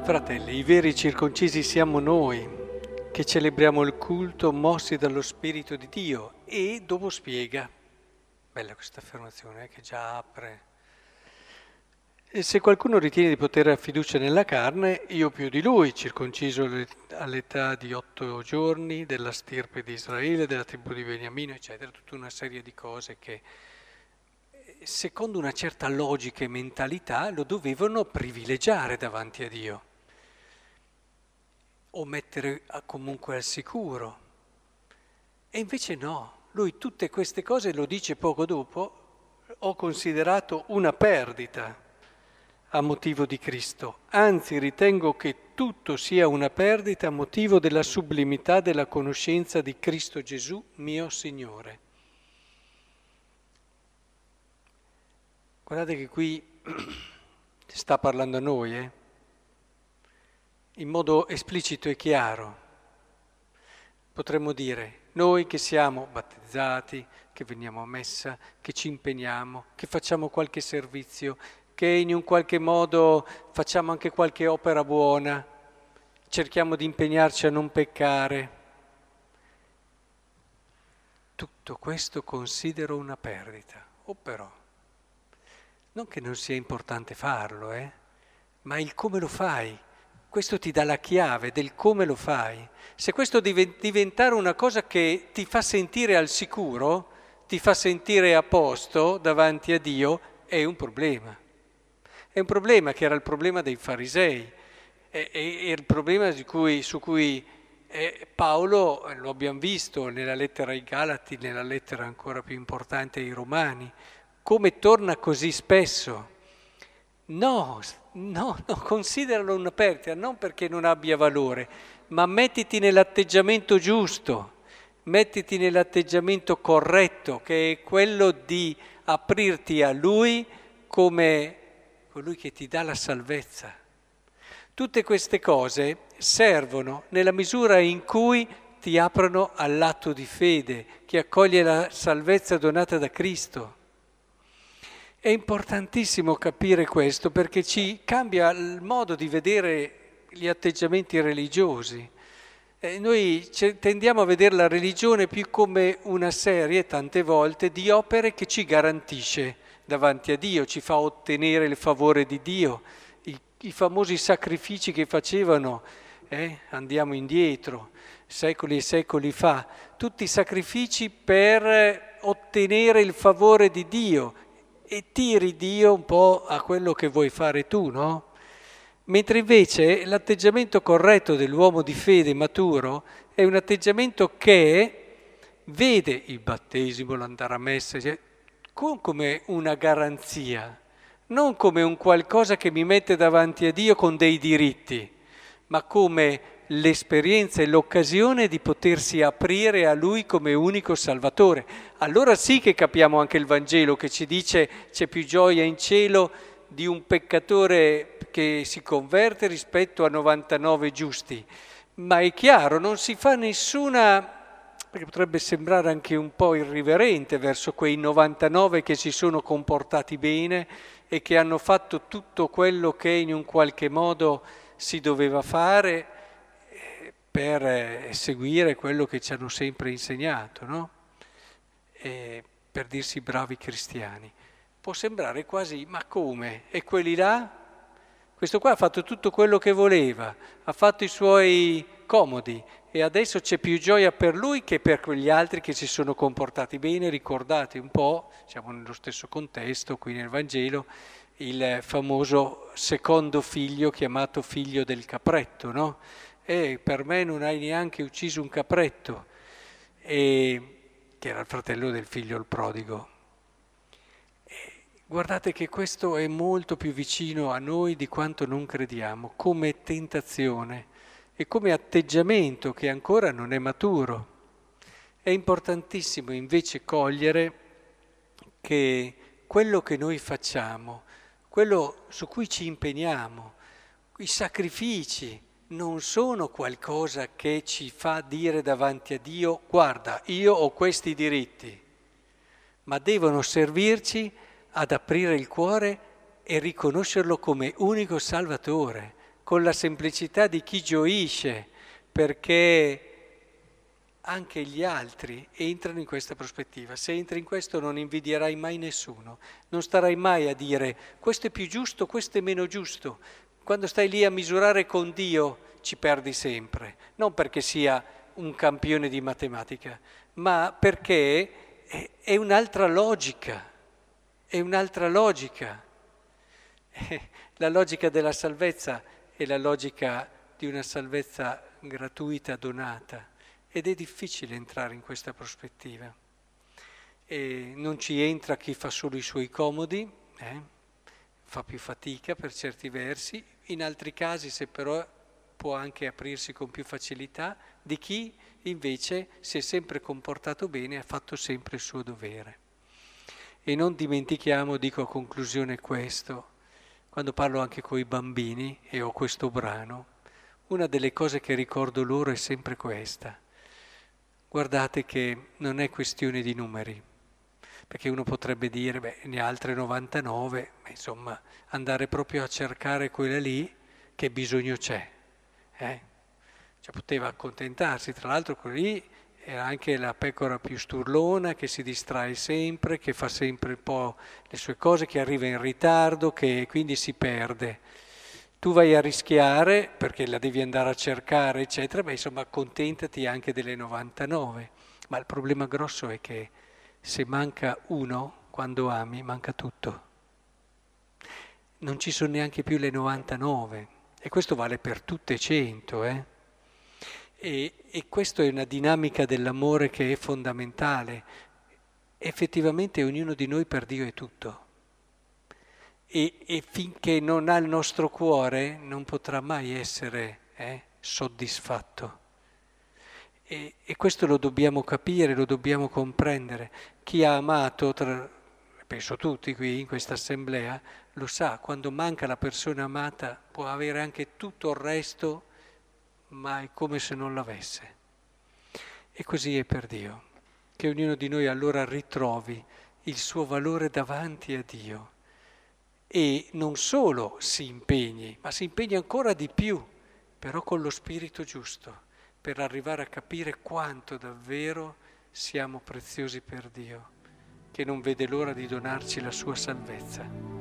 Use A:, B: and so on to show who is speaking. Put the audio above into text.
A: Fratelli, i veri circoncisi siamo noi, che celebriamo il culto mossi dallo Spirito di Dio, e dopo spiega, bella questa affermazione che già apre. E se qualcuno ritiene di poter avere fiducia nella carne, io più di lui, circonciso all'età di 8 giorni, della stirpe di Israele, della tribù di Beniamino, eccetera, tutta una serie di cose che, secondo una certa logica e mentalità, lo dovevano privilegiare davanti a Dio, o mettere comunque al sicuro. E invece no, lui tutte queste cose lo dice poco dopo: ho considerato una perdita a motivo di Cristo, anzi ritengo che tutto sia una perdita a motivo della sublimità della conoscenza di Cristo Gesù, mio Signore. Guardate che qui sta parlando a noi, in modo esplicito e chiaro. Potremmo dire, noi che siamo battezzati, che veniamo a messa, che ci impegniamo, che facciamo qualche servizio, che in un qualche modo facciamo anche qualche opera buona, cerchiamo di impegnarci a non peccare. Tutto questo considero una perdita. O però, non che non sia importante farlo, ma il come lo fai. Questo ti dà la chiave del come lo fai. Se questo diventare una cosa che ti fa sentire al sicuro, ti fa sentire a posto davanti a Dio, è un problema. È un problema che era il problema dei farisei, è il problema su cui Paolo, lo abbiamo visto nella lettera ai Galati, nella lettera ancora più importante ai Romani, come torna così spesso. No, consideralo una perdita, non perché non abbia valore, ma mettiti nell'atteggiamento giusto, mettiti nell'atteggiamento corretto, che è quello di aprirti a Lui come colui che ti dà la salvezza. Tutte queste cose servono nella misura in cui ti aprono all'atto di fede, che accoglie la salvezza donata da Cristo. È importantissimo capire questo perché ci cambia il modo di vedere gli atteggiamenti religiosi. Noi tendiamo a vedere la religione più come una serie, tante volte, di opere che ci garantisce davanti a Dio, ci fa ottenere il favore di Dio. I famosi sacrifici che facevano, andiamo indietro, secoli e secoli fa, tutti sacrifici per ottenere il favore di Dio. E tiri Dio un po' a quello che vuoi fare tu, no? Mentre invece l'atteggiamento corretto dell'uomo di fede maturo è un atteggiamento che vede il battesimo, l'andare a messa, come una garanzia, non come un qualcosa che mi mette davanti a Dio con dei diritti, ma come l'esperienza e l'occasione di potersi aprire a Lui come unico Salvatore. Allora sì che capiamo anche il Vangelo che ci dice c'è più gioia in cielo di un peccatore che si converte rispetto a 99 giusti. Ma è chiaro, non si fa nessuna, perché potrebbe sembrare anche un po' irriverente verso quei 99 che si sono comportati bene e che hanno fatto tutto quello che in un qualche modo si doveva fare per seguire quello che ci hanno sempre insegnato, no? Per dirsi bravi cristiani. Può sembrare quasi, ma come? E quelli là? Questo qua ha fatto tutto quello che voleva, ha fatto i suoi comodi e adesso c'è più gioia per lui che per quegli altri che si sono comportati bene. Ricordate un po', siamo nello stesso contesto qui nel Vangelo, il famoso secondo figlio chiamato figlio del capretto, no? Per me non hai neanche ucciso un capretto, che era il fratello del figlio il prodigo. Guardate che questo è molto più vicino a noi di quanto non crediamo, come tentazione e come atteggiamento che ancora non è maturo. È importantissimo invece cogliere che quello che noi facciamo, quello su cui ci impegniamo, i sacrifici, non sono qualcosa che ci fa dire davanti a Dio: guarda, io ho questi diritti, ma devono servirci ad aprire il cuore e riconoscerlo come unico Salvatore, con la semplicità di chi gioisce, perché anche gli altri entrano in questa prospettiva. Se entri in questo non invidierai mai nessuno, non starai mai a dire questo è più giusto, questo è meno giusto. Quando stai lì a misurare con Dio ci perdi sempre, non perché sia un campione di matematica, ma perché è un'altra logica, è un'altra logica. La logica della salvezza è la logica di una salvezza gratuita, donata, ed è difficile entrare in questa prospettiva. E non ci entra chi fa solo i suoi comodi, fa più fatica per certi versi, in altri casi se però può anche aprirsi con più facilità, di chi invece si è sempre comportato bene e ha fatto sempre il suo dovere. E non dimentichiamo, dico a conclusione questo, quando parlo anche con i bambini e ho questo brano, una delle cose che ricordo loro è sempre questa. Guardate che non è questione di numeri, perché uno potrebbe dire, ne ha altre 99, insomma, andare proprio a cercare quella lì, che bisogno c'è. Cioè poteva accontentarsi, tra l'altro quella lì era anche la pecora più sturlona, che si distrae sempre, che fa sempre un po' le sue cose, che arriva in ritardo, che quindi si perde. Tu vai a rischiare perché la devi andare a cercare, eccetera, insomma accontentati anche delle 99. Ma il problema grosso è che se manca uno, quando ami, manca tutto. Non ci sono neanche più le 99 e questo vale per tutte e 100, E questa è una dinamica dell'amore che è fondamentale. Effettivamente ognuno di noi per Dio è tutto. E finché non ha il nostro cuore non potrà mai essere soddisfatto. E questo lo dobbiamo capire, lo dobbiamo comprendere. Chi ha amato, penso tutti qui in questa assemblea, lo sa, quando manca la persona amata può avere anche tutto il resto, ma è come se non l'avesse. E così è per Dio, che ognuno di noi allora ritrovi il suo valore davanti a Dio. E non solo si impegni, ma si impegni ancora di più, però con lo spirito giusto, per arrivare a capire quanto davvero siamo preziosi per Dio, che non vede l'ora di donarci la sua salvezza.